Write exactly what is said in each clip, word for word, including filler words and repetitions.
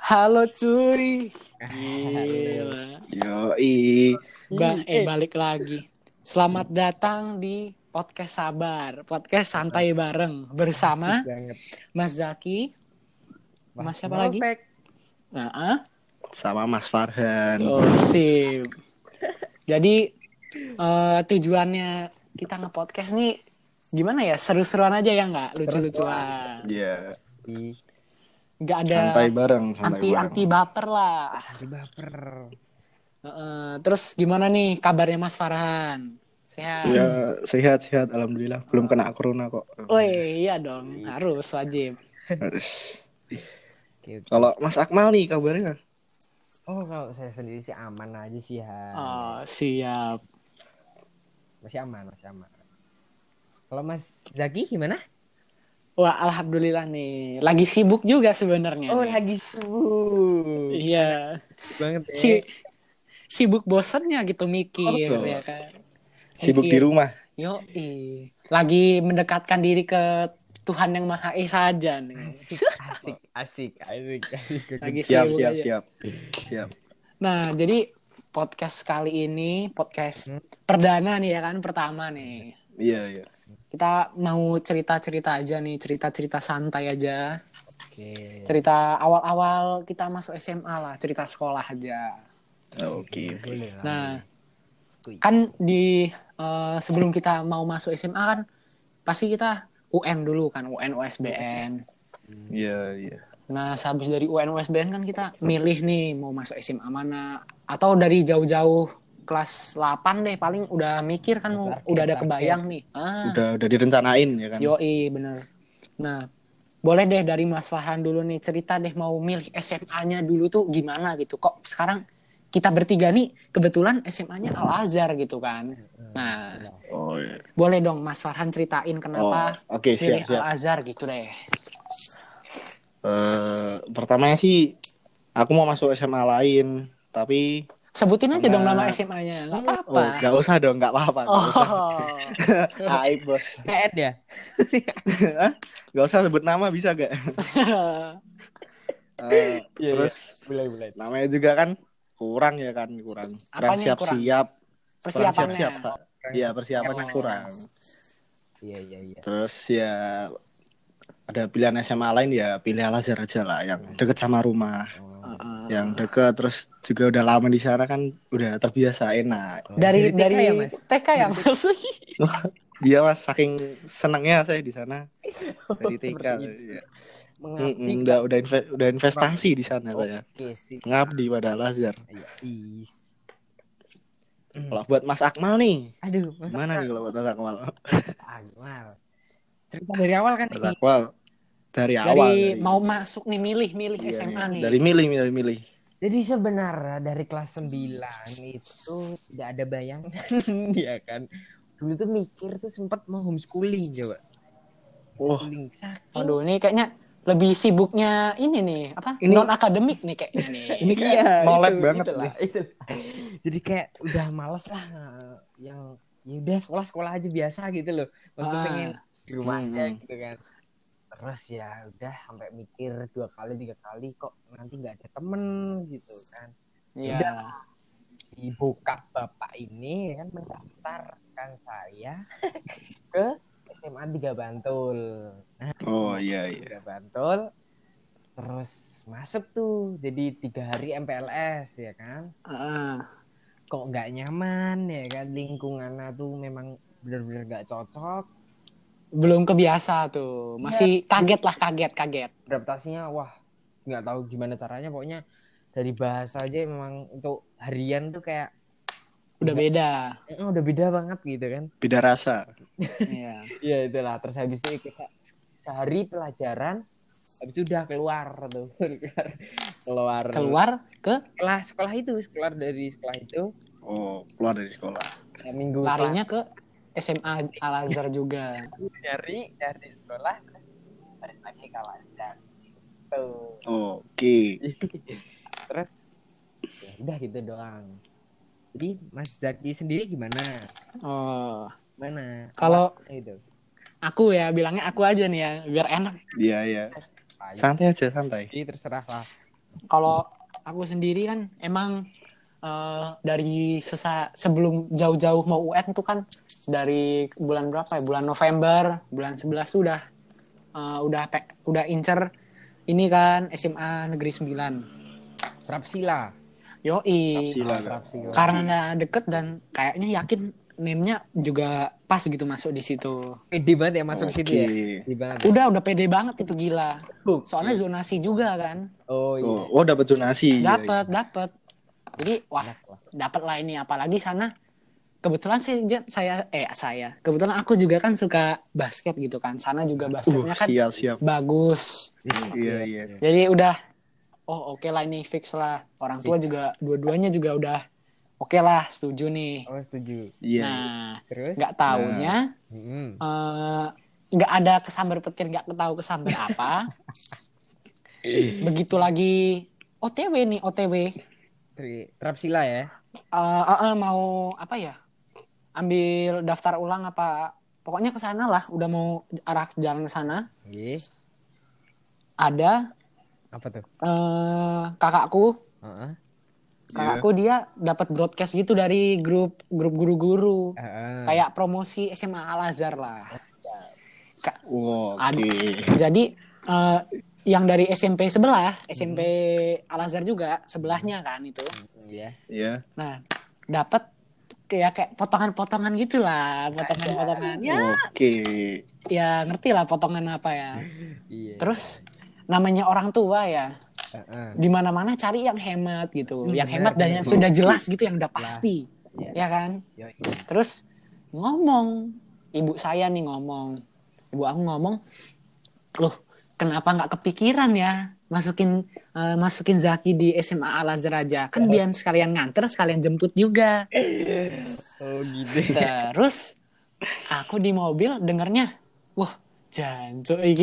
Halo cuy. Halo. Gila. Yoi. Ba eh balik lagi. Selamat datang di podcast Sabar, podcast santai bareng bersama Asik banget. Mas Zaki. Mas siapa lagi? Moltek. Nah, Sama Mas Farhan. oh sip. Jadi eh, tujuannya kita nge-podcast nih gimana ya? Seru-seruan aja ya nggak? Lucu-lucuan. Iya. Di Nggak ada Santai bareng, santai anti bareng. anti baper lah. anti baper. Heeh, terus gimana nih kabarnya Mas Farhan? Sehat? Ya, sehat-sehat alhamdulillah. Belum kena corona kok. Woi, iya dong, harus wajib. Harus. Oke, oke. Kalau Mas Akmal nih kabarnya? Oh, kalau saya sendiri sih aman aja sih, Han. Oh, siap. Masih aman, masih aman. Kalau Mas Zaki gimana? Wah, alhamdulillah nih. Lagi sibuk juga sebenarnya. Oh, nih. lagi sibuk. Iya. Banget ya. Si sibuk bosennya gitu mikir Oh, ya kan. Sibuk Mikir. di rumah. Yo, lagi mendekatkan diri ke Tuhan yang Maha Esa aja nih. Asik, asik, asik, asik, asik. Lagi Siap, sibuk siap, aja. siap. Siap. Nah, jadi podcast kali ini podcast Hmm. perdana nih ya kan, pertama nih. Iya, iya. Kita mau cerita-cerita aja nih, cerita-cerita santai aja. Oke. Cerita awal-awal kita masuk S M A lah, cerita sekolah aja. Oke, oke. Boleh lah. Nah, boleh. kan di eh, sebelum kita mau masuk S M A kan pasti kita U N dulu kan, U N U S B N. Iya, iya. Nah, sehabis dari U N U S B N kan kita milih nih mau masuk S M A mana, atau dari jauh-jauh kelas delapan deh paling udah mikir kan mau, Target, udah ada target. kebayang nih. Ah, Udah udah direncanain ya kan? yoi bener. Nah, boleh deh dari Mas Farhan dulu nih cerita deh mau milih S M A-nya dulu tuh gimana gitu. Kok sekarang kita bertiga nih kebetulan S M A-nya Al Azhar gitu kan. Nah, Oh, iya. boleh dong Mas Farhan ceritain kenapa Oh, oke, milih siap, siap. Al Azhar gitu deh. Eh, pertamanya sih aku mau masuk S M A lain, tapi Sebutin aja Karena- dong nama S M A-nya, nggak oh, apa-apa. nggak usah dong, nggak apa-apa. Nggak usah. Oh, Aib bos. K N ya? Hah? Nggak usah sebut nama bisa gak? Eh, Iya, terus Boleh, boleh. namanya juga kan kurang ya kan kurang. Kurang Apanya kurang? siap-siap. Kurang Persiapannya. siap-siap, Pak. Iya persiapannya Oh. kurang. Iya, iya, iya. Terus ya ada pilihan S M A lain ya pilih Al Azhar aja lah yang deket sama rumah. Uh-uh. Yang deket terus juga udah lama di sana kan udah terbiasa enak. Dari Dari T K dari ya, Mas? T K ya Mas? Iya mas saking senangnya saya di sana dari T K. Seperti itu. Ya. Mengabdi. Mm-mm, udah udah inve- udah investasi di sana saya. Oke, sih. Ngabdi pada Al Azhar. Ayo, is. Kalau buat Mas Akmal nih, Aduh, Mas gimana nih kalau buat Mas Akmal? Akmal. Cerita dari awal kan Mas ini. Akmal dari awal. Dari mau masuk nih milih-milih Iya S M A nih, nih. dari milih milih milih. Jadi sebenarnya dari kelas sembilan itu tidak ada bayangan ya kan. Dulu tuh mikir tuh sempat mau homeschooling coba. Wah, Homeschooling saking Aduh, ini kayaknya lebih sibuknya ini nih, apa? Ini- Non akademik nih kayaknya nih. ini kayak mau lab banget itulah, nih. itulah. Jadi kayak udah males lah yang ya udah sekolah-sekolah aja biasa gitu loh. Maksudnya Ah. pengen di rumah aja Hmm. gitu kan. Terus ya udah sampai mikir dua kali tiga kali kok nanti nggak ada temen gitu kan. Iya. Di bokap bapak ini kan mendaftarkan saya ke S M A tiga Bantul. Nah, Oh iya iya. tiga Bantul terus masuk tuh jadi tiga hari M P L S ya kan. Ah. Kok nggak nyaman ya kan, lingkungannya tuh memang benar-benar nggak cocok. Belum kebiasa tuh. Masih kaget lah, kaget, kaget. Adaptasinya wah nggak tahu gimana caranya, pokoknya dari bahasa aja memang untuk harian tuh kayak Udah beda. eh, udah beda banget gitu kan. Beda rasa. Iya. Iya itulah, terus habis itu ikut se- sehari pelajaran, habis itu udah keluar tuh keluar Keluar ke sekolah sekolah itu keluar dari sekolah itu Oh keluar dari sekolah. ya, minggu larinya ke S M A Al Azhar juga. Selasa nyari dari sekolah terus balik lagi ke Al-Azhar tuh. Oke. Terus ya udah gitu doang. Jadi Mas Zaki sendiri gimana? Oh, Mana? Kalau- Apa itu? aku ya bilangnya aku aja nih ya, biar enak. Iya iya. Ayo. Santai aja santai. Jadi terserah lah. kalau aku sendiri kan emang eh, dari sesa sebelum jauh-jauh mau U N tuh kan dari bulan berapa ya? Bulan November, bulan sebelas tuh udah eh, udah pe- udah incer ini kan S M A Negeri sembilan. Prapsila. Yoi. Sila, Oh, Prapsila. Karena deket dan kayaknya yakin name-nya juga pas gitu masuk di situ. Pede banget ya masuk Oke. situ ya. Pede banget. ya. Udah udah pede banget itu gila. Oke. Soalnya zonasi juga kan. Oh iya. Oh, oh dapat zonasi. Iya, Dapat, dapat. Jadi wah, Enak lah. dapat lah ini apalagi sana kebetulan saya saya eh saya kebetulan aku juga kan suka basket gitu kan. Sana juga iya. Uh, basketnya kan siap siap. bagus. Iya iya. Jadi udah oh oke lah ini fix lah. Orang tua juga dua-duanya juga udah oke lah, setuju nih. Oh setuju. Iya. Nah, Terus? nggak taunya Mm-mm. eh, nggak ada kesambar petir, nggak tahu kesambar apa. Begitu lagi O T W nih, O T W. Tri- Prapsila ya. Eh, eh, eh, mau apa ya? Ambil daftar ulang apa? Pokoknya ke sana lah, udah mau arah jalan ke sana. Iya. Ada Apa tuh? eh, kakakku, Heeh. kakakku dia dapat broadcast gitu dari grup grup guru-guru. Heeh. Kayak promosi S M A Al Azhar lah. Ka- Oh, oke. Ad- Jadi eh, yang dari S M P sebelah, S M P Al Azhar juga sebelahnya kan itu. Iya. Iya. Nah, dapat kayak kayak potongan-potongan gitulah, potongan-potongan. Ya, Oke. ya ngerti lah potongan apa ya. Iya. Terus namanya orang tua ya, Heeh. di mana-mana cari yang hemat gitu, Hmm, yang benar, hemat dan benar. yang sudah jelas gitu, yang udah pasti, Iya. ya kan. Yoi. Terus ngomong, ibu saya nih ngomong, ibu aku ngomong, loh kenapa nggak kepikiran ya masukin eh, masukin Zaki di S M A Al Azhar aja, kan biar sekalian nganter sekalian jemput juga. Oh gitu. Terus aku di mobil dengernya, wah jancuk iki.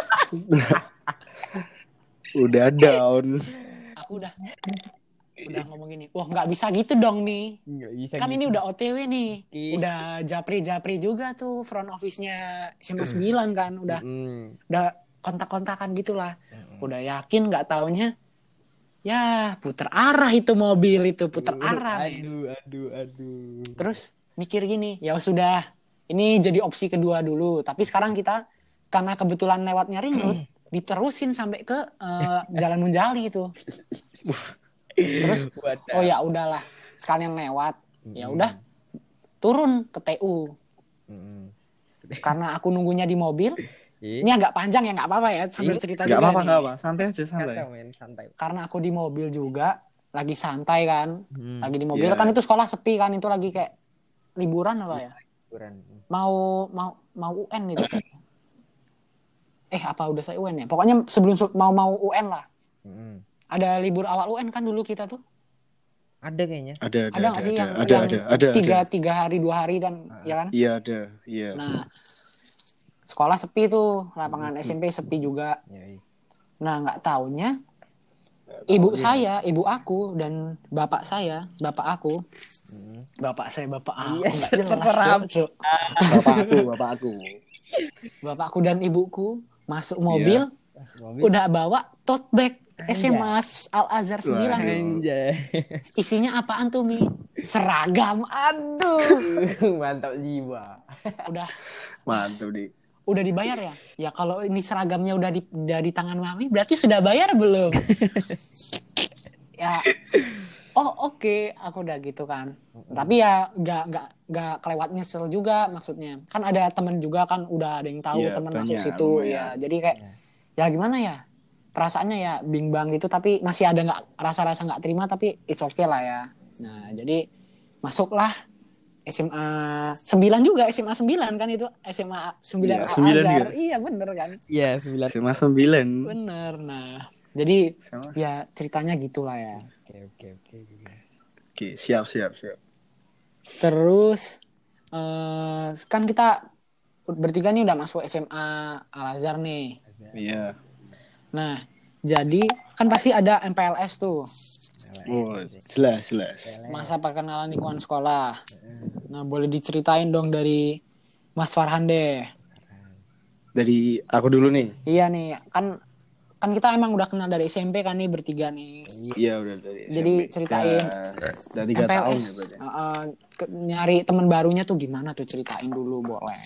Udah down. Aku udah udah ngomong gini, wah nggak bisa gitu dong nih. Nggak bisa Kan gitu. ini udah O T W nih, Ih. udah japri-japri juga tuh front office-nya S M A sembilan kan, udah Mm. udah kontak-kontakan gitulah. Mm. Udah yakin nggak taunya, ya puter arah itu mobil itu puter arah men. Aduh, aduh, aduh. Terus mikir gini, ya sudah, ini jadi opsi kedua dulu. Tapi sekarang kita karena kebetulan lewatnya ring road, diterusin sampai ke eh, Jalan Munjali itu. Terus Wadah. oh ya udahlah, sekalian lewat. Ya udah, turun ke T U. Mm. Karena aku nunggunya di mobil. Ih. Ini agak panjang ya, nggak apa-apa ya sambil cerita Enggak juga apa-apa, nih. enggak apa. Santai aja, santai. Kacau men, santai. Karena aku di mobil juga, lagi santai kan. Hmm. Lagi di mobil Iya. kan itu sekolah sepi kan, itu lagi kayak liburan apa ya? Kurang. Mau mau mau U N itu. Eh apa udah saya U N ya? Pokoknya sebelum mau mau U N lah. Mm. Ada libur awal U N kan dulu kita tuh. Ada kayaknya. Ada, ada, Ada nggak sih yang ada, yang ada, ada, tiga ada. tiga hari dua hari kan, ya kan? Iya, ada. Iya. Nah, sekolah sepi tuh, lapangan S M P sepi juga. Yoi. Nah, nggak taunya ibu saya, ibu aku dan bapak saya, bapak aku, Mm. bapak saya, bapak aku, Iya, nggak jelas, terserah. Cuk, Cuk. Bapak aku, bapak aku. Bapakku dan ibuku masuk mobil, Masuk mobil. udah bawa tote bag S M A Anjay. Al Azhar sembilan. Wah. Anjay. Isinya apaan tuh, Mi? Seragam. Aduh. Mantap jiwa. Udah Mantap nih. udah dibayar ya? Ya kalau ini seragamnya udah di, udah di tangan Mami, berarti sudah bayar belum? Ya. Oh oke, aku udah gitu kan. Tapi ya nggak nggak nggak kelewat nyesel juga maksudnya. Kan ada temen juga kan, udah ada yang tahu Iya, temen masuk banyak, situ lumayan. ya. Jadi kayak ya gimana ya? Perasaannya ya bimbang gitu, tapi masih ada nggak rasa-rasa nggak terima, tapi it's okay lah ya. Nah jadi masuklah S M A sembilan juga, S M A sembilan kan itu, S M A sembilan Iya, Al sembilan Azhar. juga. Iya bener kan? Iya, sembilan. S M A sembilan. Bener. Nah jadi Sama. ya ceritanya gitulah ya. Oke, oke, oke. Oke, siap, siap, siap. Terus eh, kan kita bertiga nih udah masuk S M A Al Azhar nih. Iya. Nah jadi kan pasti ada M P L S tuh, Oh, jelas, jelas. masa perkenalan lingkungan sekolah. Nah boleh diceritain dong dari Mas Farhan deh. Dari aku dulu nih. Iya nih kan kan kita emang udah kenal dari S M P kan nih bertiga nih. Iya udah dari Jadi S M P. ceritain Udah, udah tiga tahun ya berarti. uh, uh, ke- nyari teman barunya tuh gimana tuh, ceritain dulu boleh.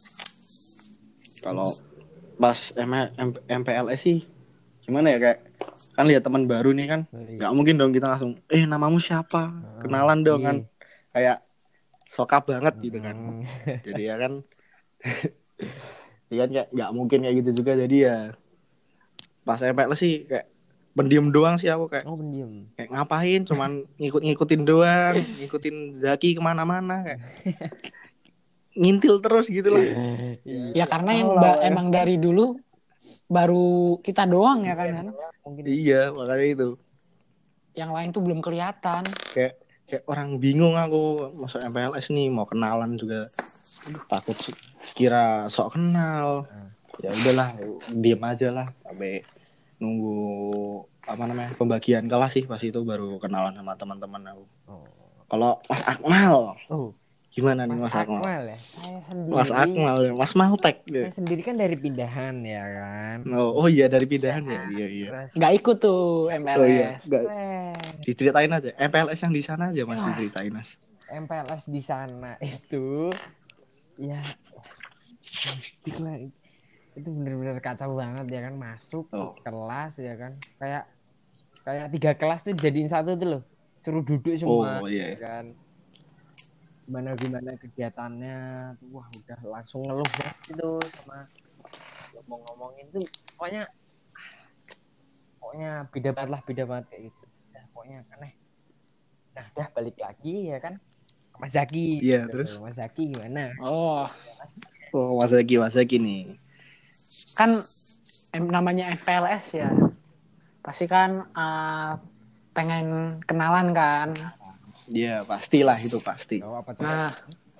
Kalau pas M M P L S sih gimana ya, kayak kan lihat teman baru nih kan, Iya. nggak mungkin dong kita langsung eh namamu siapa, kenalan dong kan, kayak sokap banget gitu kan. Hmm. Jadi ya kan ya kan kayak nggak mungkin kayak gitu juga, jadi ya pas M P L S sih kayak pendiam doang sih aku, kayak Oh pendiam. kayak ngapain cuman ngikut-ngikutin doang, ngikutin Zaki kemana-mana, kayak ngintil terus gitu lah. Ya karena yang Tahu lah, ba- ya. emang dari dulu baru kita doang ya kan, Han? Mungkin Iya makanya itu Yang lain tuh belum kelihatan. kayak kayak orang bingung aku masuk M P L S nih, mau kenalan juga takut kira sok kenal. Ya udahlah diem aja lah sampai nunggu apa namanya pembagian kelas sih, pas itu baru kenalan sama teman-teman aku. Oh. Kalau Mas Akmal Oh, gimana nih Mas Mas Akmal? Akmal ya. Saya sendiri. Mas Akmal, Mas Maltek. Saya sendiri kan dari pindahan ya kan. Oh, oh iya dari pindahan ya, iya iya. Terus, Nggak ikut tuh M P L S. Oh iya, nggak eh, diceritain aja. M P L S yang di sana aja Mas, diceritain Mas. M P L S di sana itu ya anjing lah. Itu bener-bener kacau banget ya kan, masuk Oh. kelas ya kan, kayak kayak tiga kelas tuh jadiin satu tuh loh, suruh duduk semua. Oh iya. Ya kan, gimana gimana kegiatannya tuh, wah udah langsung ngeluh banget itu sama ngomong-ngomongin tuh, pokoknya pokoknya beda banget lah, beda banget kayak gitu. Nah, pokoknya aneh. Nah udah balik lagi ya kan, Mas Zaki. Iya, Gitu. terus? Mas Zaki gimana? Oh, Oh Mas Zaki, Mas Zaki nih. kan em- namanya M P L S ya. Pasti kan uh, pengen kenalan kan. Iya pastilah itu pasti. Oh, apa coba? Nah,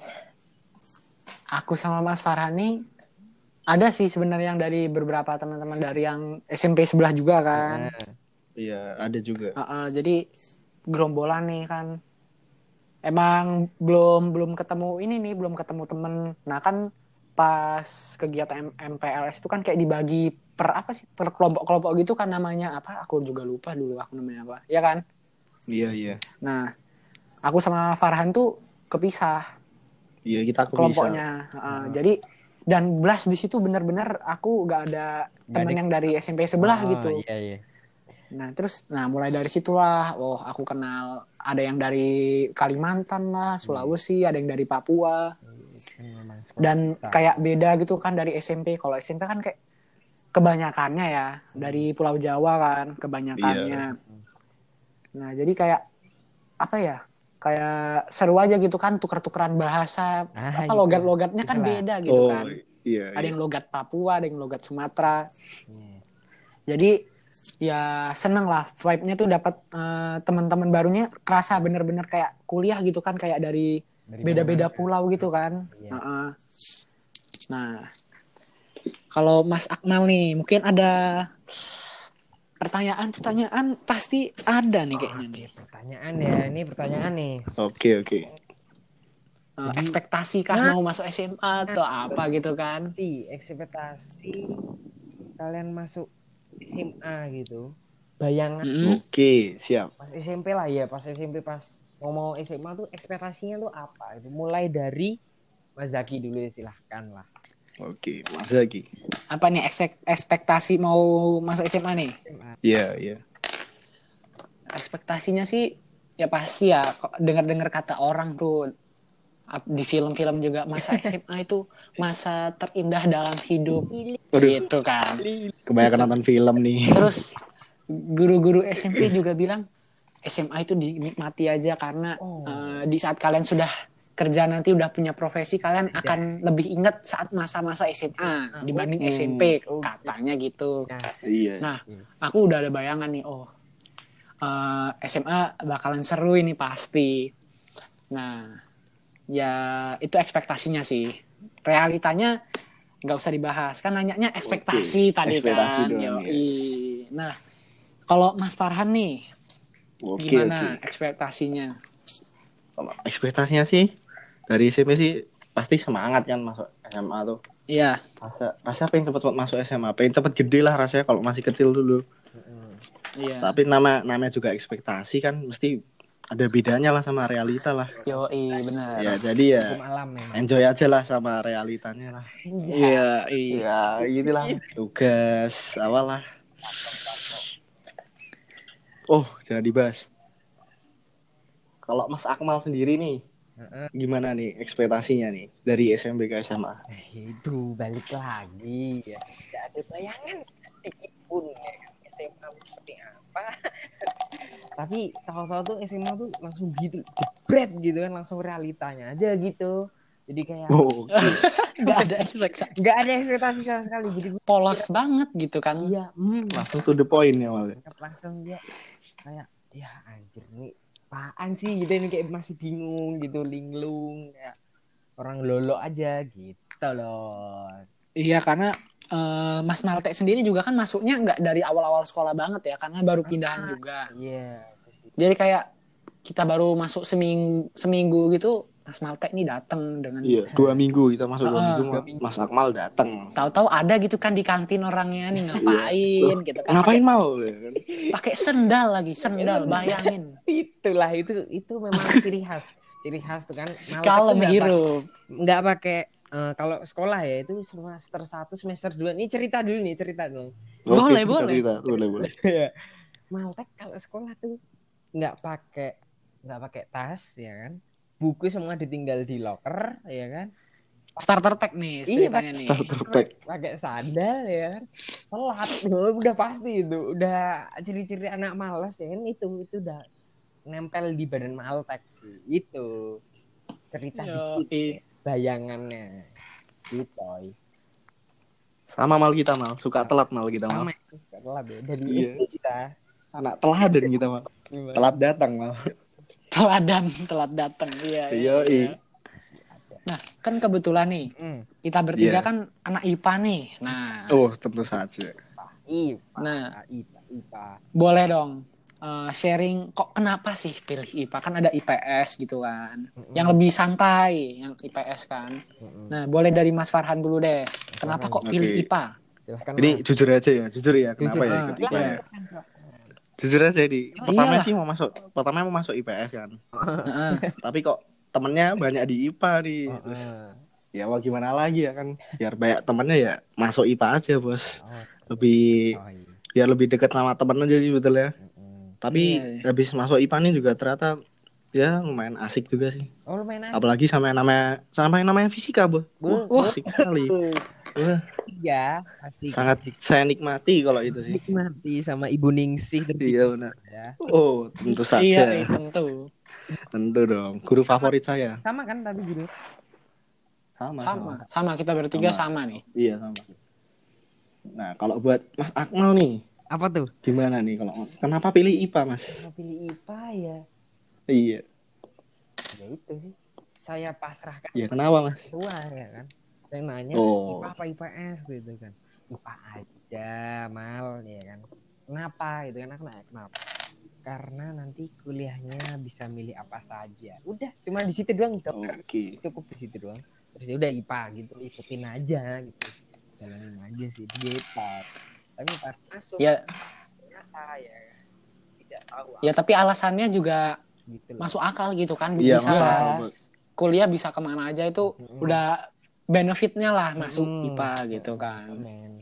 aku sama Mas Farhani ada sih sebenarnya yang dari beberapa teman-teman dari yang S M P sebelah juga kan. Nah, Iya ada juga. Uh, uh, jadi gerombolan nih kan. Emang belum belum ketemu ini nih, belum ketemu temen. Nah kan pas kegiatan M- MPLS itu kan kayak dibagi per apa sih, per kelompok-kelompok gitu kan namanya apa? Aku juga lupa dulu aku namanya apa. Ya kan? Iya iya. Nah, aku sama Farhan tuh kepisah Iya kita aku kelompoknya. Uh, Hmm. Jadi dan belas di situ benar-benar aku gak ada Nggak temen ada- yang dari S M P sebelah oh, gitu. Iya iya. Nah terus, nah mulai dari situlah, oh aku kenal ada yang dari Kalimantan lah, Sulawesi, ada yang dari Papua, Memang dan swasta. kayak beda gitu kan dari S M P. Kalau S M P kan kayak kebanyakannya ya dari Pulau Jawa kan kebanyakannya. Nah jadi kayak apa ya? Kayak seru aja gitu kan, tuker-tukeran bahasa, Ah, apa gitu. logat-logatnya kan Itulah. beda gitu Oh kan. iya. Ada iya. yang logat Papua, ada yang logat Sumatera. Iya. Jadi ya seneng lah, vibe-nya tuh dapat eh, teman-teman barunya, kerasa bener-bener kayak kuliah gitu kan, kayak dari Dari beda-beda mana-mana. pulau gitu kan. Iya. Uh-uh. Nah, kalau Mas Akmal nih, mungkin ada pertanyaan-pertanyaan pasti ada nih kayaknya nih. Pertanyaan ya, ini pertanyaan nih. Oke oke. Uh, ekspektasi kah Nah. mau masuk S M A atau apa gitu kan? Si ekspektasi kalian masuk S M A gitu. Bayangan Mm-mm. Oke siap. pas S M P lah ya, pas S M P pas mau mau S M A tuh ekspektasinya tuh apa? Itu mulai dari Mas Zaki dulu ya, silahkan lah. Oke Mas Zaki. Apa nih eksek- ekspektasi mau masuk S M A nih? Iya iya. Ekspektasinya sih ya pasti ya, kok dengar-dengar kata orang tuh ap- di film-film juga, masa S M A itu masa terindah dalam hidup. Waduh. Gitu kan. Kebanyakan nonton film nih. Terus guru-guru S M P juga bilang S M A itu dinikmati aja karena Oh. eh, di saat kalian sudah kerja nanti udah punya profesi, kalian akan lebih ingat saat masa-masa S M A dibanding Hmm. S M P, Oh. katanya gitu. Nah, Iya. Nah, aku udah ada bayangan nih, oh eh, S M A bakalan seru ini pasti. Nah, ya itu ekspektasinya sih. Realitanya nggak usah dibahas, kan nanyanya ekspektasi Oke, tadi ekspektasi kan. doang, Yoi. Nah, kalau Mas Farhan nih, Oke gimana oke. ekspektasinya? Kalau ekspektasinya sih dari S M P sih pasti semangat kan masuk S M A tuh. Iya. Rasa rasa pengen cepet masuk S M A, pengen cepet gede lah rasanya kalau masih kecil dulu. Iya. Tapi nama namanya juga ekspektasi kan, mesti ada bedanya lah sama realita lah. Yo, benar. Ya jadi ya Hukum alam memang. enjoy aja lah sama realitanya lah. Iya, iya. Ya gitulah. Tugas awal lah. Oh jangan dibahas. Kalau Mas Akmal sendiri nih, Heeh. gimana nih ekspektasinya nih dari S M P ke S M A? Nah, itu balik lagi ya. Tidak ada bayangan sedikit pun ya kan S M A seperti apa. Tapi tahu-tahu tuh S M A tuh langsung gitu, jebret gitu kan, langsung realitanya aja gitu. Jadi kayak Oh, Nggak ada ekspektasi. nggak ada ekspektasi sama sekali. Jadi gue Polos banget gitu kan. iya, hmm, langsung to the point ya malah. langsung dia kayak ya anjir nih apaan sih gitu, ini kayak masih bingung gitu, linglung kayak orang lolo aja gitu loh. Iya, karena eh, Mas Malte sendiri juga kan masuknya nggak dari awal-awal sekolah banget ya, karena baru pindahan juga. Iya. Jadi kayak kita baru masuk seminggu seminggu gitu, Mas Malte ini datang dengan Iya, dua minggu kita masuk dua Ah, minggu, Mas Akmal datang. tahu-tahu ada gitu kan di kantin orangnya nih ngapain gitu kan. Ngapain Pakai- mau? Pakai sendal lagi, sendal, bayangin. Itulah itu itu memang ciri khas. Ciri khas tuh kan. Malah Kalem tuh nggak hirup. pa- nggak pakai eh, kalau sekolah ya itu semester satu semester dua. Ini cerita dulu nih, cerita dulu. Boleh, Oke, boleh. cerita, boleh, boleh. Maltek kalau sekolah tuh nggak pakai nggak pakai tas ya kan. Buku semua ditinggal di locker ya kan. Starter pack nih Iya, ceritanya nih. Starter pack. Pakai sandal ya kan. Telat. Udah pasti itu. Udah ciri-ciri anak malas ya kan, itu itu udah nempel di badan Maltek sih. Itu cerita Yo, dikit bayangannya. Gitu. Sama mal kita mal, suka telat mal kita mal. Sama itu suka telat ya. Dari Iya. S D kita. Anak teladan kita mal. Telat datang mal. Teladan, telat datang. Iya, iya, Iya, iya. Nah, kan kebetulan nih, Hmm. kita bertiga Iya. kan anak I P A nih. Nah, Oh, tentu saja. I P A. Nah. I P A. I P A. boleh dong eh, sharing kok kenapa sih pilih I P A? Kan ada I P S gitu kan. Mm-mm. Yang lebih santai, yang I P S kan. Mm-mm. Nah, boleh dari Mas Farhan dulu deh. Kenapa kok pilih Oke. I P A? Silahkan Ini Mas. jujur aja ya, jujur ya. Kenapa Jujur. ya Ah, ikut I P A ya? Silahkan, silahkan. Jujur aja di. Oh, Pertama iyalah. sih mau masuk, pertama mau masuk I P S kan. Heeh. Tapi kok temennya banyak di I P A nih. Oh, Terus, eh. ya mau gimana lagi ya kan? Biar banyak temennya ya masuk I P A aja bos. Oh, Lebih oh, iya. biar lebih dekat sama temen aja sih betul ya. Mm-mm. Tapi Iya, iya. habis masuk I P A nih juga ternyata ya lumayan asik juga sih. Oh, lumayan asik. Apalagi sama yang namanya sama yang namanya fisika, Bu. Wah, Wah. asik sekali. Wah, Ya, asik. sangat saya nikmati kalau itu sih. Nikmati sama Ibu Ningsih tertidur Iya benar. ya. Oh, tentu saja. Iya, iya, tentu. Tentu dong. Guru favorit saya. Sama kan tapi guru. Sama. Sama, sama kita bertiga Sama. sama, nih. Iya, sama. Nah, kalau buat Mas Akmal nih, Apa tuh? gimana nih kalau kenapa pilih I P A, Mas? Mau pilih I P A ya. Iya. Ya itu sih. Saya pasrahkan Iya, kenapa, Mas? tua ya kan. Saya nanya Oh. I P A apa I P S gitu kan. I P A aja, Mal ya kan. Kenapa gitu kan, aku nanya kenapa? Karena nanti kuliahnya bisa milih apa saja. Udah, cuma di situ doang dok. Oke. Cukup di situ doang. Terus ya udah I P A gitu, ikutin aja gitu. Jalanin aja sih gitu. Tapi pas masuk Ya, ternyata ya tidak tahu ya tapi alasannya juga gitu loh. masuk akal gitu kan. Iya, Bisa masuk akal, Bu. kuliah bisa kemana aja itu Mm-mm. udah benefitnya lah masuk Mm-mm. I P A gitu kan. Amen.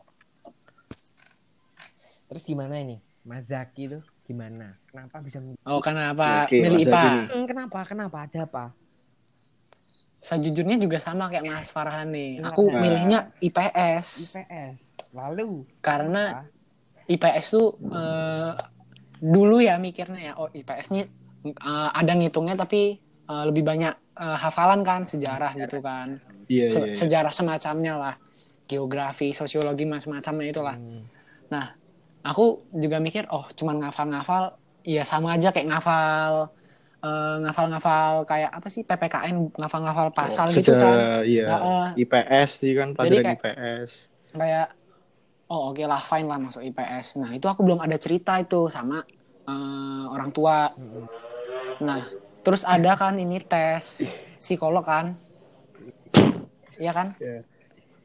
Terus gimana ini? Mas Zaki tuh gimana? Kenapa bisa milih? Oh, kenapa Oke, milih Mas I P A? Zaki nih. Hmm, kenapa? Kenapa? Ada apa? Sejujurnya juga sama kayak Mas Farhan nih. Iya. Aku Nah. milihnya I P S. I P S. Lalu Karena apa? I P S tuh eh, dulu ya mikirnya ya, oh I P S nih eh, ada ngitungnya tapi eh, lebih banyak eh, hafalan kan, sejarah gitu kan. Iya, Se- iya, iya. Sejarah semacamnya lah. Geografi, sosiologi macam-macamnya itulah. Hmm. Nah, aku juga mikir, oh cuman ngafal-ngafal, ya sama aja kayak ngafal, eh, ngafal-ngafal kayak apa sih P P K N, ngafal-ngafal pasal Oh, gitu kan. sejarah, iya. Heeh. I P S sih kan pelajaran kayak- I P S. Kayak, oh oke lah fine lah masuk I P S. Nah itu aku belum ada cerita itu sama eh, orang tua. Hmm. Nah terus ada kan ini tes psikolog kan, iya kan? Iya.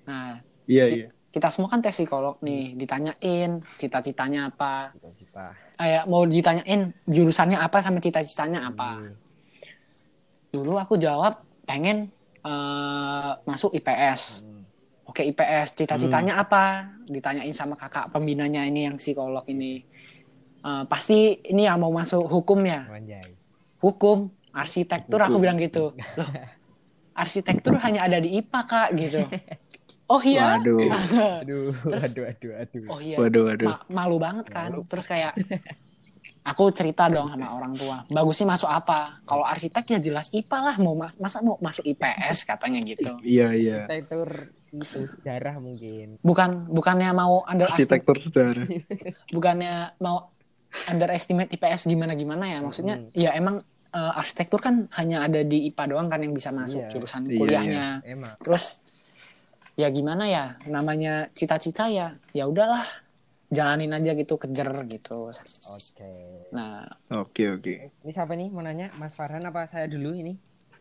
Nah, Iya, ki- iya. kita semua kan tes psikolog nih, ditanyain cita-citanya apa, Cita-cita. eh, mau ditanyain jurusannya apa sama cita-citanya apa. Iya. Dulu aku jawab pengen eh, masuk I P S. Hmm. Oke, I P S, cita-citanya apa? Ditanyain sama kakak pembinanya ini yang psikolog ini. Eh, pasti ini ya mau masuk hukum ya. Anjay. Hukum, arsitektur, aku Hukum. bilang gitu. Loh, arsitektur hanya ada di I P A, Kak, gitu. Oh iya? Waduh. Aduh, Terus- aduh, aduh, aduh. Oh iya. Waduh, waduh. Ma- malu banget kan. Malu. Terus kayak aku cerita dong sama orang tua. Bagusnya masuk apa? Kalau arsitek ya jelas I P A lah. Mau ma- masa mau masuk I P S katanya gitu. Iya, iya. Arsitektur itu sejarah mungkin. Bukan bukannya mau underestimate, Arsitektur sejarah. bukannya mau underestimate I P S gimana-gimana ya. Maksudnya Hmm. ya emang eh, arsitektur kan hanya ada di I P A doang kan yang bisa masuk Iya. jurusan Iya, kuliahnya. Emang. Terus ya gimana ya, namanya cita-cita ya, ya udahlah jalanin aja gitu, kejar gitu. Oke. Nah, Oke, oke. Ini siapa nih mau nanya? Mas Farhan apa saya dulu ini?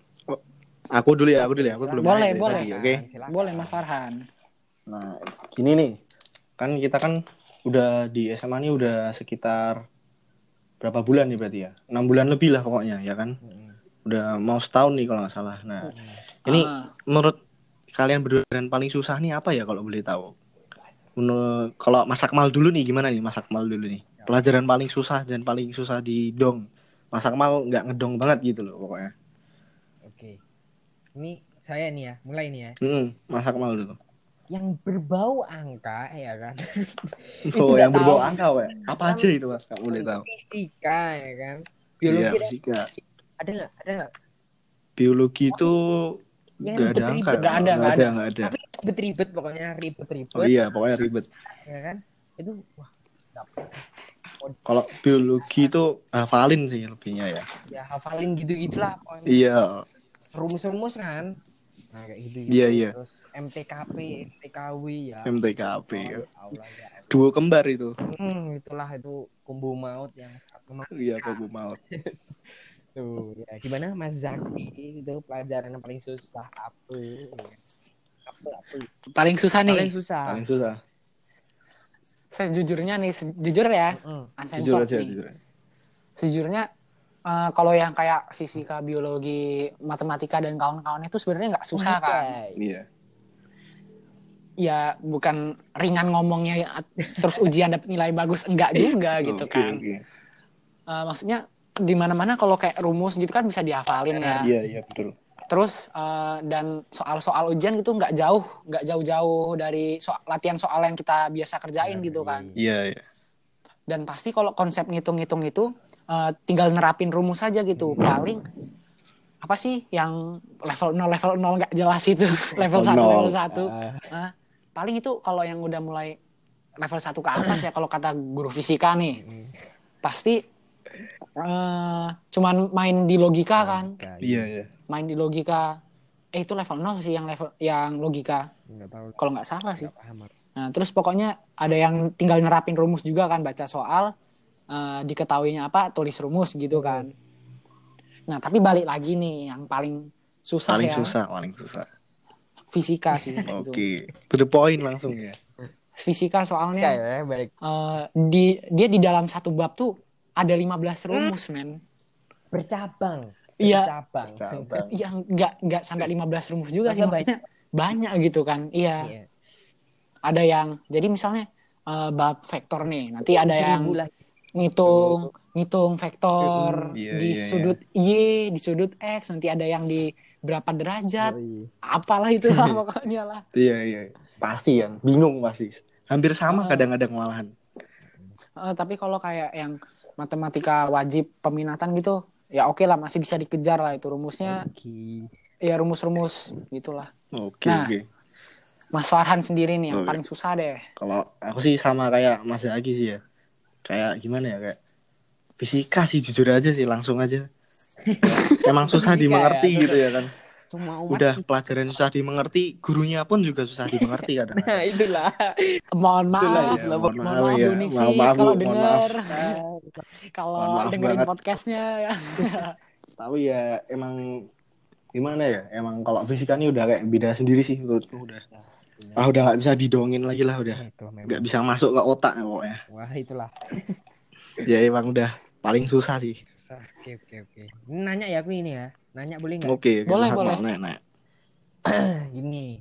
Aku dulu ya, aku dulu ya. Aku belum Boleh, nanya dari boleh. tadi, oke. Silakan. boleh Mas Farhan. Nah, gini nih. Kan kita kan udah di S M A nih udah sekitar berapa bulan nih berarti ya? enam bulan lebih lah pokoknya, ya kan? Mm-mm. Udah mau setahun nih kalau nggak salah. Nah, ini Ah, menurut kalian berdua yang paling susah nih apa ya kalau boleh tahu? Menurut kalau Mas Akmal dulu nih gimana nih Mas Akmal dulu nih? Pelajaran paling susah dan paling susah di dong. Mas Akmal nggak ngedong banget gitu loh pokoknya. Oke. Ini saya nih ya, mulai nih ya. Hmm, Mas Akmal dulu. Yang berbau angka ya kan. Oh, nggak yang berbau tahu. angka, Wek. Apa aja itu Mas? Nggak boleh tahu. Fisika ya kan. Iya, Biologi ada- fisika. ada nggak? Ada nggak? Biologi itu Yang nggak ada ribet-ribet. angka. Nggak ada, nggak nggak ada, ada. nggak ada. Tapi ribet-ribet pokoknya ribet-ribet Oh iya, pokoknya ribet. ya kan. Itu wah dapet. Kalau biologi itu hafalin sih lebihnya ya. Ya hafalin gitu-gitulah pokoknya. Iya. Rumus-rumus kan. Nah kayak gitu. Iya, iya. Terus M T K P, M T K W ya. M T K P. Oh, Allah ya. Duo kembar itu. Hmm, itulah itu kumbu maut yang satu maut. Iya, kok maut. Tuh, ya. Gimana Mas Zaki itu pelajaran yang paling susah apa? Apa apa? paling susah nih. Paling susah. Paling susah. Sejujurnya nih, se- jujur ya, Mm. Jujur unsensor aja, nih. jujur. Sejujurnya eh, kalau yang kayak fisika, biologi, matematika dan kawan-kawan itu sebenarnya nggak susah kan. Anjay. Iya. Ya bukan ringan ngomongnya terus ujian dapat nilai bagus enggak juga gitu Oke, kan. oke. Eh, maksudnya di mana-mana kalau kayak rumus gitu kan bisa dihafalin ya. Iya, iya betul. Terus eh, dan soal-soal ujian gitu nggak jauh, nggak jauh-jauh dari so- latihan soal yang kita biasa kerjain gitu kan. Iya, iya. Dan pasti kalau konsep ngitung-ngitung itu eh, tinggal nerapin rumus saja gitu. Paling apa sih yang level nol level nol nggak jelas itu, level Level satu nol. level satu. Ah, Nah, paling itu kalau yang udah mulai level satu ke atas ya kalau kata guru fisika nih, mm. pasti eh, cuman main di logika kan. Iya, iya. Main di logika. Eh itu level nol sih yang level yang logika. Nggak tahu. Kalau nggak salah sih. Nggak paham. Nah, terus pokoknya ada yang tinggal nerapin rumus juga kan, baca soal, eh, diketahuinya apa, tulis rumus gitu kan. Nah, tapi balik lagi nih, yang paling susah Paling ya, susah, paling susah. fisika sih. gitu. Oke. To the point langsung ya. Fisika soalnya, Ya, ya, baik. eh, di, dia di dalam satu bab tuh ada lima belas rumus, men. Bercabang. Iya. Bercabang. Cabang. Yang nggak nggak sampai lima belas rumus juga sih, Masa maksudnya banyak gitu kan. Iya, Iya. ada yang, jadi misalnya eh, bab vektor nih, nanti ada yang Seribu lah. ngitung ngitung vektor Iya, di iya, sudut Y, di sudut X, nanti ada yang di berapa derajat, Oh, iya. apalah itu lah pokoknya lah. Iya, iya. Pasti kan, bingung pasti. Hampir sama Uh-uh. kadang-kadang malahan. Eh, tapi kalau kayak yang matematika wajib peminatan gitu, ya oke lah, masih bisa dikejar lah itu rumusnya, Oke. ya rumus-rumus gitulah. Oke, Nah. oke. Mas Farhan sendiri nih yang Oke. paling susah deh. Kalau aku sih sama kayak Mas Zaki sih ya. Kayak gimana ya, kayak fisika sih jujur aja sih, langsung aja. Emang susah Fisika dimengerti ya, gitu ya kan. Semua umat. Udah pelajaran susah dimengerti, gurunya pun juga susah dimengerti kadang. Nah, itulah. Mohon Itulah maaf, ya, mohon mohon maaf, maaf ya. Bu Nixi Mohon maaf, Bu. kalau Mohon denger, kalau Mohon maaf dengerin banget. podcastnya. Tapi ya emang gimana ya? Emang kalau fisika ini udah kayak beda sendiri sih menurutku udah. Ah udah nggak bisa didongin lagi lah udah. Nah, itu Nggak memang. bisa masuk ke otak pokoknya. Wah, itulah. Ya emang udah paling susah sih. Susah. Oke, oke, oke. Ini nanya ya aku ini ya. Nanya boleh nggak? Oke, Boleh, lah, boleh. mau nanya. Gini.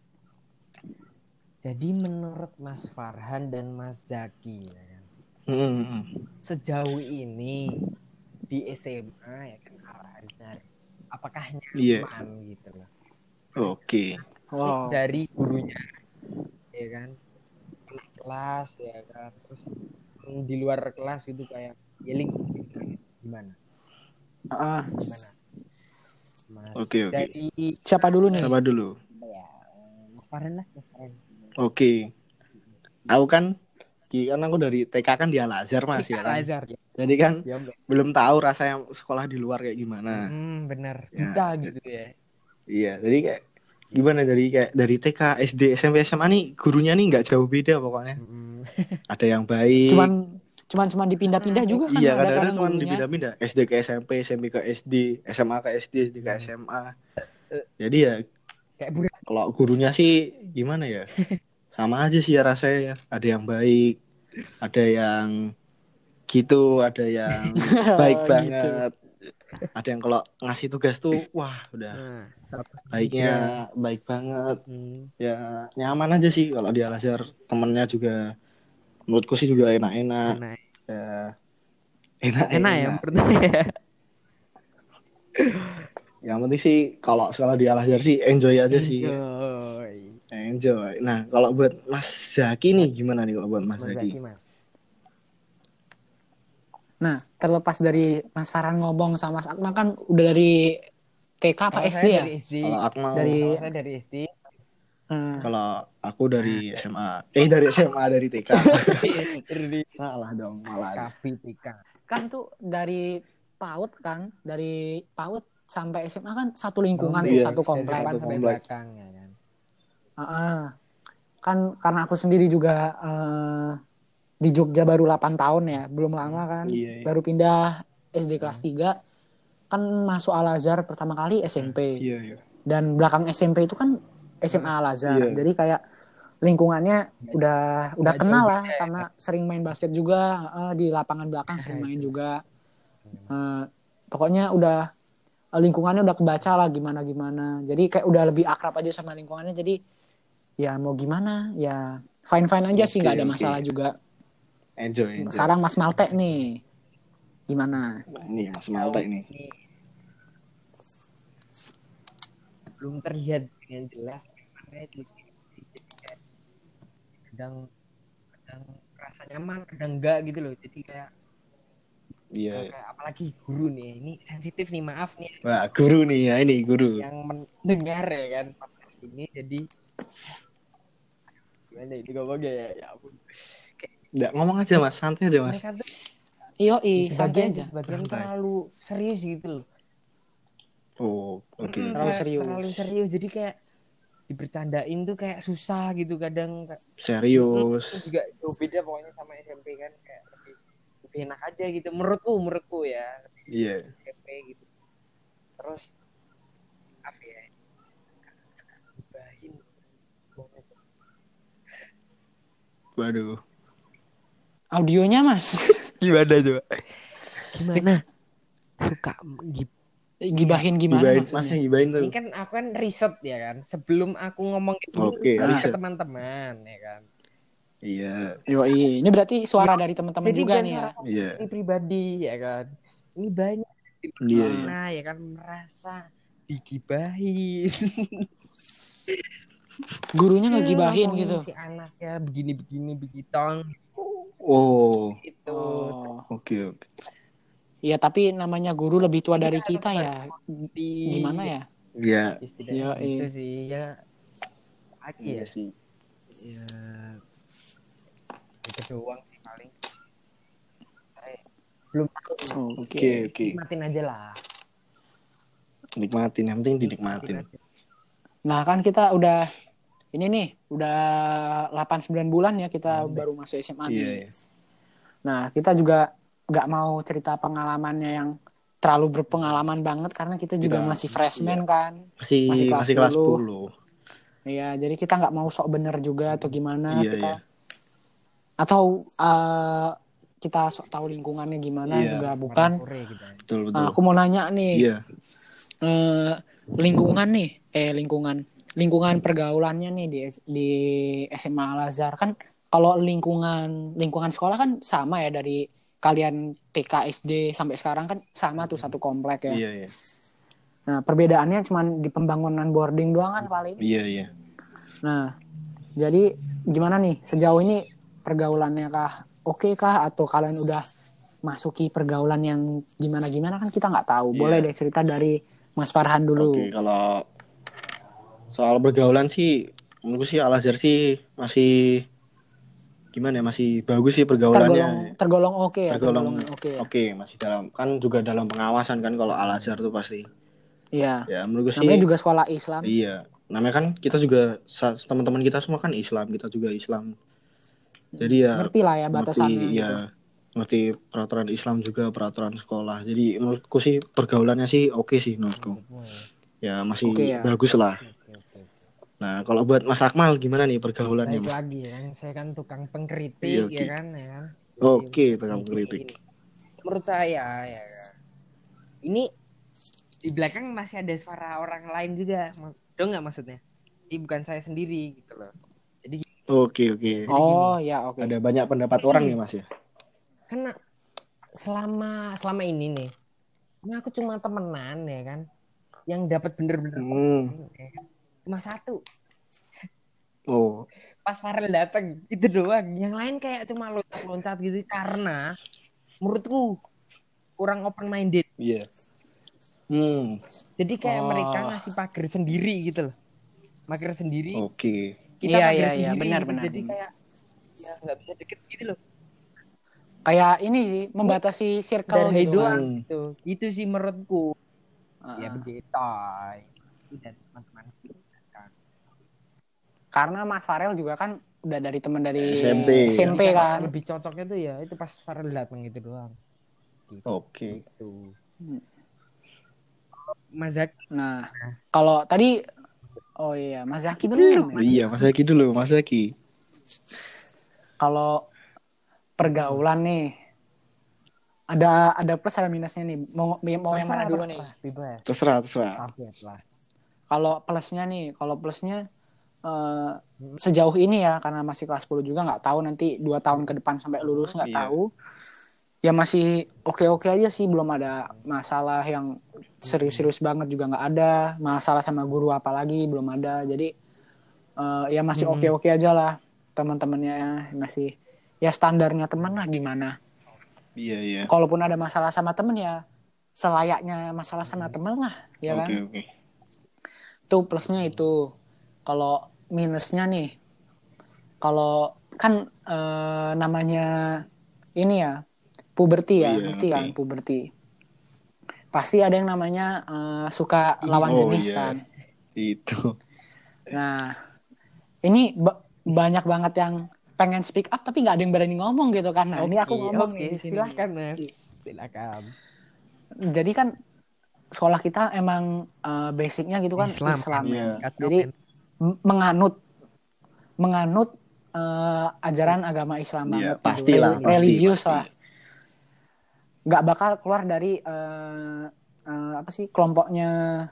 Jadi menurut Mas Farhan dan Mas Zaki, ya kan, Hmm. sejauh ini di S M A ya kan Al Azhar, apakah Iya. nyaman gitu loh? Oke. Wow. Dari gurunya, ya kan, anak kelas ya kan, terus mm, di luar kelas gitu kayak yelling, gitu. Gimana? Ah, Gimana? Mas Oke, oke. dari siapa dulu nih? Siapa dulu? apa ya? Mas Farhan lah, Mas Farhan. Oke. Aku kan kan aku dari T K kan di Al Azhar Mas ya Al kan. Azhar ya. Jadi kan Ya, Mbak. belum tahu rasanya sekolah di luar kayak gimana. Hmm, benar. Ya. Buta gitu ya. Iya, jadi kayak gimana dari kayak dari T K, S D, S M P, S M A nih gurunya nih nggak jauh beda pokoknya. Hmm. Ada yang baik. Cuman cuman cuman dipindah-pindah juga kan Iya, ada kadang-kadang kadang cuma gurunya. dipindah-pindah. S D ke S M P, S M P ke S D, S M A ke S D, S D ke S M A. Jadi ya Kayak budak. kalau gurunya sih gimana ya? Sama aja sih ya rasanya ya. Ada yang baik, ada yang gitu, ada yang baik Gitu. banget. Ada yang kalau ngasih tugas tuh wah udah Nah, baiknya baik banget. Hmm. Ya nyaman aja sih kalau di Al Azhar. Temennya juga menurutku sih juga enak-enak. Enak. Ya, enak, Enak ya menurutnya ya. Yang penting sih kalau sekolah di Al Azhar sih enjoy aja sih. Enjoy. Enjoy. Nah kalau buat Mas Zaki nih gimana nih kalau buat Mas, Mas Zaki? Zaki, Mas. Nah, terlepas dari Mas Farhan ngomong sama Mas Akmal kan udah dari T K apa Kalau S D saya ya? dari S D. Kalau Akmal, Dari Kalau saya dari S D. hmm, kalau aku dari S M A. Eh dari S M A dari T K. Dari Salah dong malah. K P T K. kan tuh dari PAUD kan, dari PAUD sampai S M A kan satu lingkungan Oh, tuh, iya, satu dari komplek. depan Satu sampai komplek. belakang ya kan. Uh-uh. Kan karena aku sendiri juga uh, di Jogja baru delapan tahun ya, belum lama kan. Iya, iya. Baru pindah S D kelas tiga. Kan masuk Al Azhar pertama kali S M P. Iya, iya. Dan belakang S M P itu kan S M A Al Azhar. Iya. Jadi kayak lingkungannya udah udah Nggak kenal jauh lah beda ya. karena sering main basket juga, uh, di lapangan belakang sering main juga. Uh, pokoknya udah lingkungannya udah kebaca lah gimana gimana. Jadi kayak udah lebih akrab aja sama lingkungannya. Jadi ya mau gimana ya fine fine aja sih, Oke, nggak ada oke. masalah juga. Enjoy, enjoy. Sekarang Mas Malte nih gimana? Nah, ini Mas Malte ini. Ini belum terlihat dengan jelas gimana itu. Jadi kayak kadang kadang rasa nyaman, kadang enggak gitu loh. Jadi kayak Iya. kayak apalagi guru nih, ini sensitif nih, maaf nih Wah, guru nih ya ini guru. yang mendengar ya kan podcast ini. Jadi gimana itu ngomongnya ya, ya ampun. Nggak ngomong aja Mas, santai aja Mas. Mereka tuh Iyo i santai sebagian aja. sebagian Santai. terlalu serius gitu loh. Oh, oke. Mm, Terlalu kayak serius. terlalu serius, jadi kayak dibercandain tuh kayak susah gitu kadang. Serius. Mm, juga jauh beda pokoknya sama S M P kan, kayak lebih, lebih enak aja gitu menurutku menurutku ya. Iya. S M P gitu. Terus maaf ya, gibahin. Waduh. Audionya Mas. Gimana coba? Gimana? Suka gib Gibahin gimana Gibahin, maksudnya? Mas yang gibahin tuh. Ini kan aku kan riset ya kan. Sebelum aku ngomong itu Oke, ke riset. teman-teman ya kan. Iya. Yoi, ini berarti suara dari teman-teman Jadi juga bukan nih ya. suara Iya. ini pribadi ya kan. Ini banyak Iya. nah ya kan merasa digibahin. Gurunya ngegibahin Ngomongin gitu. si anaknya begini-begini begitu Oh, itu. Oh. oke oke. Iya, tapi namanya guru lebih tua dari kita ya. Di Gimana ya? Iya. Setidaknya Iya, gitu iya. sih ya. Lagi Iya ya. sih. Ya itu doang sih paling. Saya belum tahu. Oke. Oke oke. Nikmatin aja lah. Nikmatin, yang penting dinikmatin. aja. Nah, kan kita udah ini nih, udah delapan sembilan bulan ya kita Hmm. baru masuk S M A Iya. nih. iya. Nah, kita juga nggak mau cerita pengalamannya yang terlalu berpengalaman banget karena kita juga Kita- masih freshman kan. Masih Masih masih kelas kelas, sepuluh. sepuluh. Iya, jadi kita nggak mau sok bener juga atau gimana Iya, kita iya. atau uh, kita sok tahu lingkungannya gimana Iya. juga Warna bukan. sore gitu ya. Betul, betul. Nah, aku mau nanya nih, Iya. eh, lingkungan nih, eh lingkungan, lingkungan pergaulannya nih di di S M A Al Azhar kan, kalau lingkungan lingkungan sekolah kan sama ya dari kalian T K S D sampai sekarang kan sama tuh satu komplek ya. Iya, iya. Nah, perbedaannya cuma di pembangunan boarding doang kan paling. Iya, iya. Nah, jadi gimana nih sejauh ini pergaulannya kah oke kah atau kalian udah masuki pergaulan yang gimana-gimana kan kita nggak tahu. Boleh Iya. deh cerita dari Mas Farhan dulu. Oke, kalau soal pergaulan sih menurutku sih Al Azhar sih masih gimana ya, masih bagus sih Tergolong pergaulannya. tergolong oke ya, Tergolong tergolong oke ya. oke, masih dalam kan juga dalam pengawasan kan kalau Al Azhar tuh pasti. Iya. Ya menurutku Namanya sih juga sekolah Islam. iya. Namanya kan kita juga sa- teman-teman kita semua kan Islam, kita juga Islam. Jadi ya Ngerti lah ya batasannya ngerti gitu. ya ngerti peraturan Islam juga peraturan sekolah. Jadi menurutku sih pergaulannya sih oke sih menurutku. Ya masih Oke ya. bagus lah. Oke, oke. Nah kalau buat Mas Akmal gimana nih pergaulannya Baik Mas? lagi ya kan, saya kan tukang Iya, pengkritik oke. ya kan ya kan. Jadi, Oke, tukang ini- kritik. ini- Menurut saya ya kan. Ini di belakang masih ada suara orang lain juga. Dong nggak maksudnya? Ini bukan saya sendiri gitu loh. Jadi Oke, oke. Jadi Oh gini. ya oke. Ada banyak pendapat orang nih Mas ya. Karena selama selama ini nih, ini aku cuma temenan ya kan, yang dapat bener-bener Hmm. ya kan? Cuma satu. Oh, Pas Farel datang itu doang. Yang lain kayak cuma loncat-loncat gitu karena menurutku kurang open minded. iya. Hmm. Jadi kayak Oh. mereka ngasih pagar sendiri gitu loh. Pagar sendiri, Oke. kita Iya, pagar iya, iya, sendiri. benar, gitu. benar. Jadi kayak ya nggak bisa deket gitu loh. Kayak ini sih membatasi circle Dari gitu doang kan. gitu. Itu sih menurutku. kan. Ya Uh-uh. begitu. Itu dan teman-teman kan. Karena Mas Farel juga kan udah dari teman dari S M P. S M P Jadi kan. lebih cocoknya tuh ya itu pas Farel datang gitu doang. Gitu. Oke. Gitu. Hmm. Mas Zak, Nah, kalau tadi oh iya, Mas Zaki belum. ya? Iya, Mas Zaki dulu, Mas Zaki. Kalau pergaulan nih ada ada plus ada minusnya nih. Mau mau yang mana dulu nih? Bebas. Terserah, terserah. Sabet lah. Kalau plusnya nih, kalau plusnya eh, sejauh ini ya karena masih kelas sepuluh juga nggak tahu nanti dua tahun ke depan sampai lulus nggak Iya. tahu. Ya masih oke-oke aja sih, belum ada masalah yang serius-serius banget juga nggak ada. Masalah sama guru apalagi belum ada. Jadi eh, ya masih Hmm. oke-oke aja lah teman-temannya masih ya standarnya teman lah gimana. Iya, iya. Kalaupun ada masalah sama temen ya selayaknya masalah sama temen lah, ya kan? Oke, oke. Itu plusnya itu. Kalau minusnya nih, kalau kan eh, namanya ini ya puberti ya, Iya, ngerti oke. kan puberti. Pasti ada yang namanya eh, suka lawan Oh, jenis iya. kan. Itu. Nah, ini ba- banyak banget yang pengen speak up tapi nggak ada yang berani ngomong gitu kan. Nah, ini aku ngomong Oke, nih di sini. silahkan Mas. Silakan. Jadi kan sekolah kita emang eh, basicnya gitu kan Islam. Islam, Iya. ya. Jadi m- menganut menganut eh, ajaran agama Islam Iya, banget gitu. pastilah, Rel- pasti, religius pasti. lah. Nggak bakal keluar dari eh, eh, apa sih kelompoknya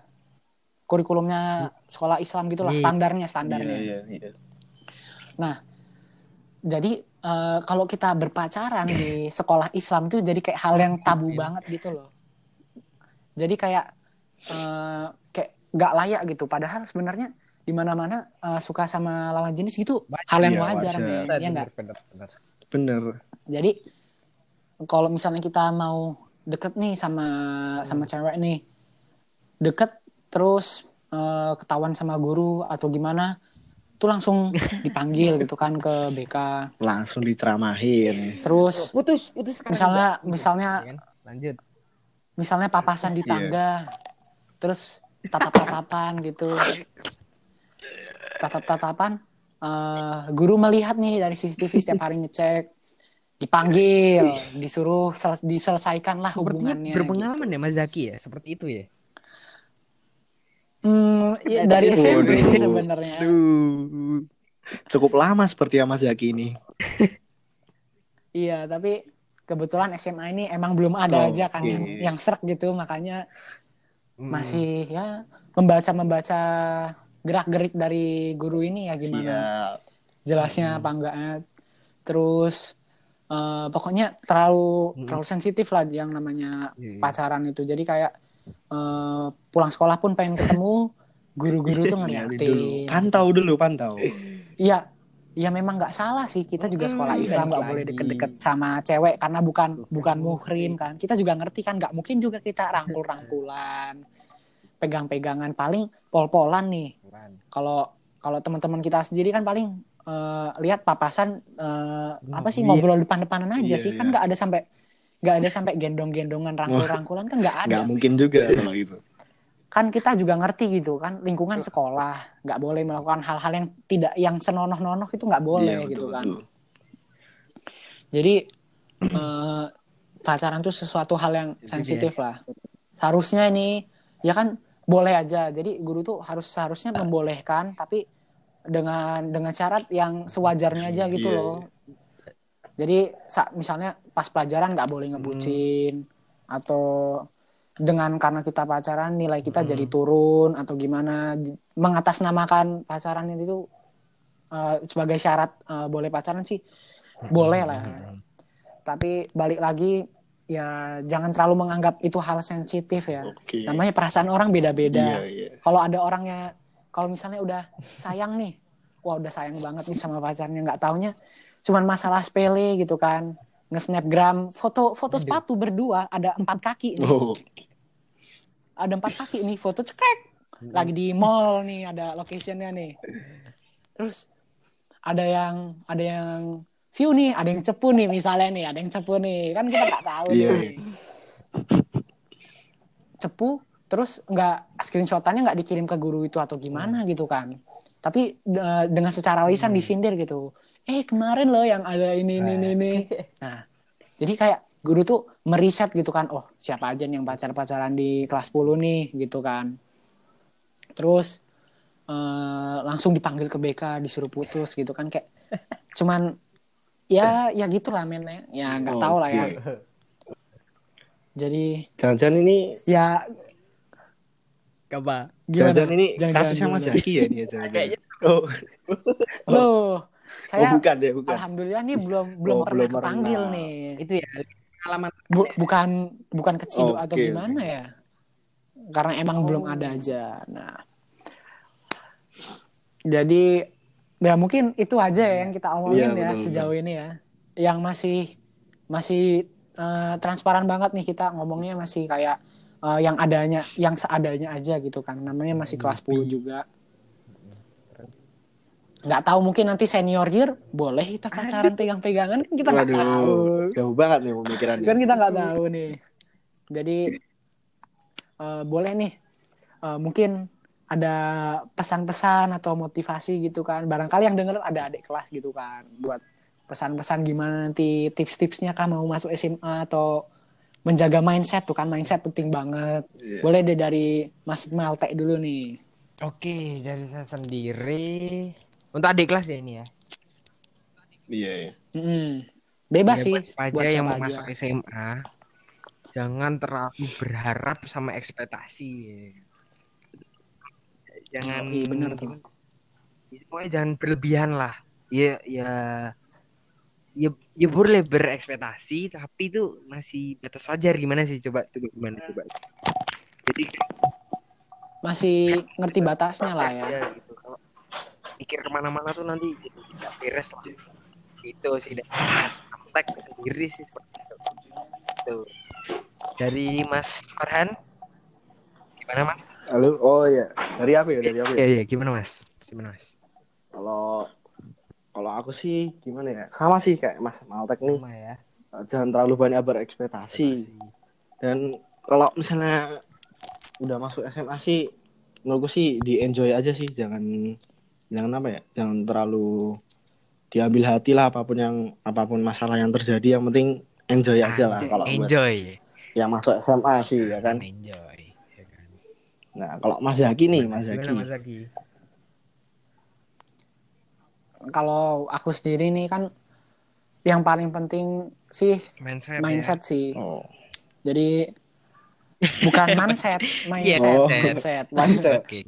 kurikulumnya sekolah Islam gitulah, Iya. standarnya Iya, standarnya. iya, iya. Nah, jadi eh, kalau kita berpacaran di sekolah Islam tuh jadi kayak hal yang tabu banget gitu loh. Jadi kayak eh, kayak nggak layak gitu. Padahal sebenarnya di mana-mana eh, suka sama lawan jenis gitu hal yang Iya, wajar, wajar. men. Iya nggak? Benar, benar. Bener. Jadi kalau misalnya kita mau deket nih sama sama cewek nih, deket terus eh, ketahuan sama guru atau gimana, tuh langsung dipanggil gitu kan ke B K. Langsung diceramahin. Terus Putus, putus sekarang misalnya juga. Putus, misalnya ya kan? Lanjut. misalnya papasan di Iya. tangga, terus tatap-tatapan gitu, tatap-tatapan, eh, guru melihat nih dari C C T V setiap hari ngecek, dipanggil, disuruh sel- diselesaikan lah Sepertinya hubungannya. berpengalaman ya Mas Zaki ya, seperti itu ya. Hmm, ya, dari S M P Waduh. sih sebenarnya. Aduh. Cukup lama seperti Mas Zaki ini. Iya, tapi kebetulan S M A ini emang belum ada Oh, aja kan oke. yang yang serk gitu, makanya Hmm. masih ya membaca-membaca gerak-gerik dari guru ini ya gimana Siap. jelasnya Hmm. apa enggaknya. Terus eh, pokoknya terlalu Hmm. terlalu sensitif lah yang namanya Iya, iya. pacaran itu. Jadi kayak eh, pulang sekolah pun pengen ketemu guru-guru tuh Iya, dulu. ngeliatin. Pantau dulu, pantau. Iya, ya memang nggak salah sih, kita juga sekolah Mm, Islam balik nggak boleh lagi. deket-deket sama cewek karena bukan Bukan bukan muhrim. muhrim kan. Kita juga ngerti kan, nggak mungkin juga kita rangkul-rangkulan, pegang-pegangan, paling pol-polan nih. Bukan. Kalau kalau teman-teman kita sendiri kan paling eh, lihat papasan eh, apa sih Iya. ngobrol depan-depanan aja Iya, sih, kan iya. nggak ada sampai nggak ada sampai gendong-gendongan, rangkul-rangkulan kan nggak ada. Nggak mungkin juga kalau itu. Kan kita juga ngerti gitu kan, lingkungan sekolah nggak boleh melakukan hal-hal yang tidak yang senonoh-nonoh itu nggak boleh Iya, betul, gitu kan. betul. Jadi eh, pacaran tuh sesuatu hal yang Itu sensitif dia. lah. Seharusnya ini ya kan boleh aja. Jadi guru tuh harus seharusnya membolehkan, tapi dengan dengan syarat yang sewajarnya aja gitu Iya, loh. Jadi sa- misalnya pas pelajaran nggak boleh ngebucin atau dengan karena kita pacaran nilai kita Hmm. jadi turun atau gimana, mengatasnamakan pacaran itu eh, sebagai syarat eh, boleh pacaran sih boleh lah. Tapi balik lagi ya jangan terlalu menganggap itu hal sensitif ya. Oke. Namanya perasaan orang beda-beda. Iya, iya. Kalau ada orangnya, kalau misalnya udah sayang nih, wah udah sayang banget nih sama pacarnya, nggak taunya cuman masalah sepele gitu kan, nge-snapgram foto foto Aduh. sepatu berdua ada empat kaki nih, Oh, ada empat kaki nih foto cekrek, lagi di mall nih ada locationnya nih, terus ada yang ada yang view nih, ada yang cepu nih misalnya nih, ada yang cepu nih, kan kita nggak tahu Iya, nih, cepu terus nggak screenshotannya nggak dikirim ke guru itu atau gimana gitu kan, tapi de- dengan secara lisan Hmm. disindir gitu, eh kemarin loh yang ada ini ini ini, ini. Nah jadi kayak guru tuh meriset gitu kan, oh siapa aja nih yang pacar-pacaran di kelas sepuluh nih gitu kan, terus eh, langsung dipanggil ke B K disuruh putus gitu kan, kayak cuman ya ya gitulah men ya nggak tahu lah ya. oke. Jadi Jangan-jangan ini ya Apa? gimana? jangan-jangan ini Jangan-jangan kasusnya Mas gimana? Zaki ya dia jangan. Kayaknya. Oh, Loh, oh saya bukan deh, bukan. alhamdulillah nih belum belum Oh, pernah belum kepanggil pernah. nih. Itu ya pengalaman. Bu- bukan bukan keciduk atau Oke, gimana oke. ya? Karena emang Oh. belum ada aja. Nah, jadi ya mungkin itu aja ya yang kita omongin Iya, ya betul, sejauh ini ya. Yang masih masih eh, transparan banget nih kita ngomongnya, masih kayak eh, yang adanya, yang seadanya aja gitu kan. Namanya masih kelas sepuluh juga. Nggak tahu, mungkin nanti senior year boleh kita pacaran pegang-pegangan, kan kita nggak tahu. Waduh, jauh banget nih pemikirannya. Kan kita nggak tahu nih. Jadi eh, boleh nih eh, mungkin ada pesan-pesan atau motivasi gitu kan, barangkali yang denger ada adik kelas gitu kan, buat pesan-pesan gimana nanti tips-tipsnya kan mau masuk S M A atau menjaga mindset tuh kan, mindset penting banget. Iya. Boleh deh dari Mas Maltek dulu nih. Oke, dari saya sendiri untuk adik kelas ya ini ya. Iya, iya. Mm-mm. Bebas Ya, sih buat siapa aja buat yang siapa mau aja. masuk S M A, jangan terlalu berharap sama ekspektasi. Jangan Oh, iya, bener tuh. gimana? Pokoknya jangan berlebihan lah. Ya ya ya ya boleh berekspektasi, tapi itu masih batas wajar. Gimana sih, coba coba gimana coba. Jadi Masih ngerti batasnya lah ya. ya gitu. Kalau mikir kemana-mana tuh nanti jadi tidak beres lah. Itu sih dari Mas Antek sendiri sih seperti itu. Tuh. Dari Mas Farhan, gimana Mas? Halo, oh iya. Dari apa ya? Dari apa ya? Iya iya, gimana Mas? Gimana Mas? Kalau kalau aku sih gimana ya? Sama sih kayak Mas Maltek nih. Sama ya. Jangan terlalu banyak berekspektasi. Dan kalau misalnya udah masuk S M A sih, menurutku sih di enjoy aja sih. Jangan jangan apa ya? Jangan terlalu diambil hati lah apapun yang apapun masalah yang terjadi. Yang penting enjoy aja lah Anjay, kalau buat enjoy. yang masuk S M A sih ya kan. Enjoy. Ya kan? Nah, kalau Mas Zaki nih, Mas Zaki. Gimana Mas Zaki? Kalau aku sendiri nih kan yang paling penting sih Mindset, mindset ya. sih. Oh. Jadi bukan mindset, mindset, Oh. mindset, Mindset. Oke.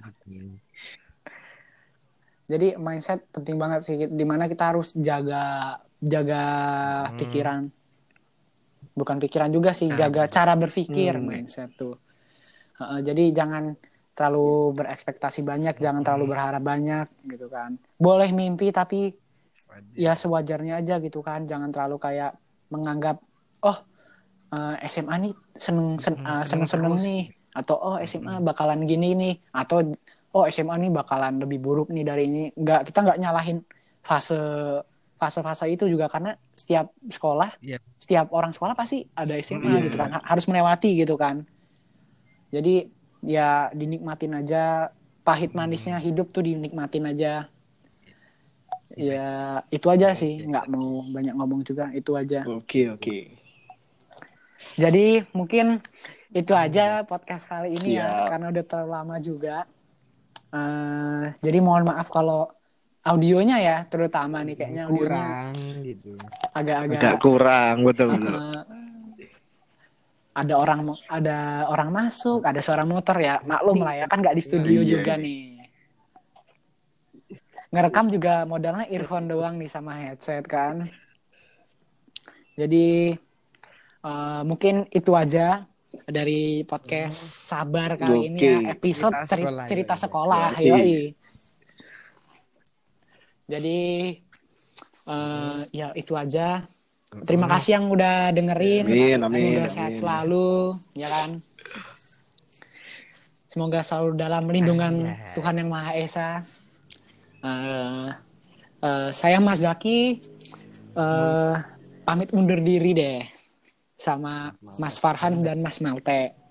Jadi mindset penting banget sih, dimana kita harus jaga jaga Hmm. pikiran, bukan pikiran juga sih, Cara jaga berpikir. cara berpikir Hmm. mindset tuh. Uh, jadi jangan terlalu berekspektasi banyak, jangan terlalu berharap banyak gitu kan. Boleh mimpi tapi Wajar. ya sewajarnya aja gitu kan, jangan terlalu kayak menganggap oh uh, S M A nih seneng sen, uh, seneng seneng terus. nih, atau oh S M A Mm-mm. bakalan gini nih, atau oh S M A nih bakalan lebih buruk nih dari ini. Nggak, kita nggak nyalahin fase fase-fase itu juga, karena setiap sekolah, Iya. setiap orang sekolah pasti ada S M A Iya. gitu kan, ha- harus melewati gitu kan. Jadi ya dinikmatin aja, pahit manisnya hidup tuh dinikmatin aja. Ya itu aja sih, nggak mau banyak ngomong juga, itu aja. Oke, oke. Jadi mungkin itu aja podcast kali ini ya, Siap. karena udah terlalu lama juga. Uh, jadi mohon maaf kalau audionya ya, terutama nih kayaknya audionya kurang gitu. agak-agak Agak kurang, betul betul. uh, ada orang ada orang masuk, ada suara motor ya, maklum lah ya, kan nggak di studio Iya. juga nih. Ngerekam juga modalnya earphone doang nih sama headset kan. Jadi uh, mungkin itu aja dari podcast Sabar kali ini ya, Oke. episode Cerita ceri- sekolah, cerita yoi. sekolah, Oke. yoi. Jadi uh, ya itu aja. Terima kasih yang udah dengerin. Amin, amin, Semoga amin. sehat selalu, ya kan. Semoga selalu dalam lindungan Anjay. Tuhan Yang Maha Esa. Uh, uh, saya Mas Zaki, uh, pamit undur diri deh sama Mas Farhan dan Mas Malte.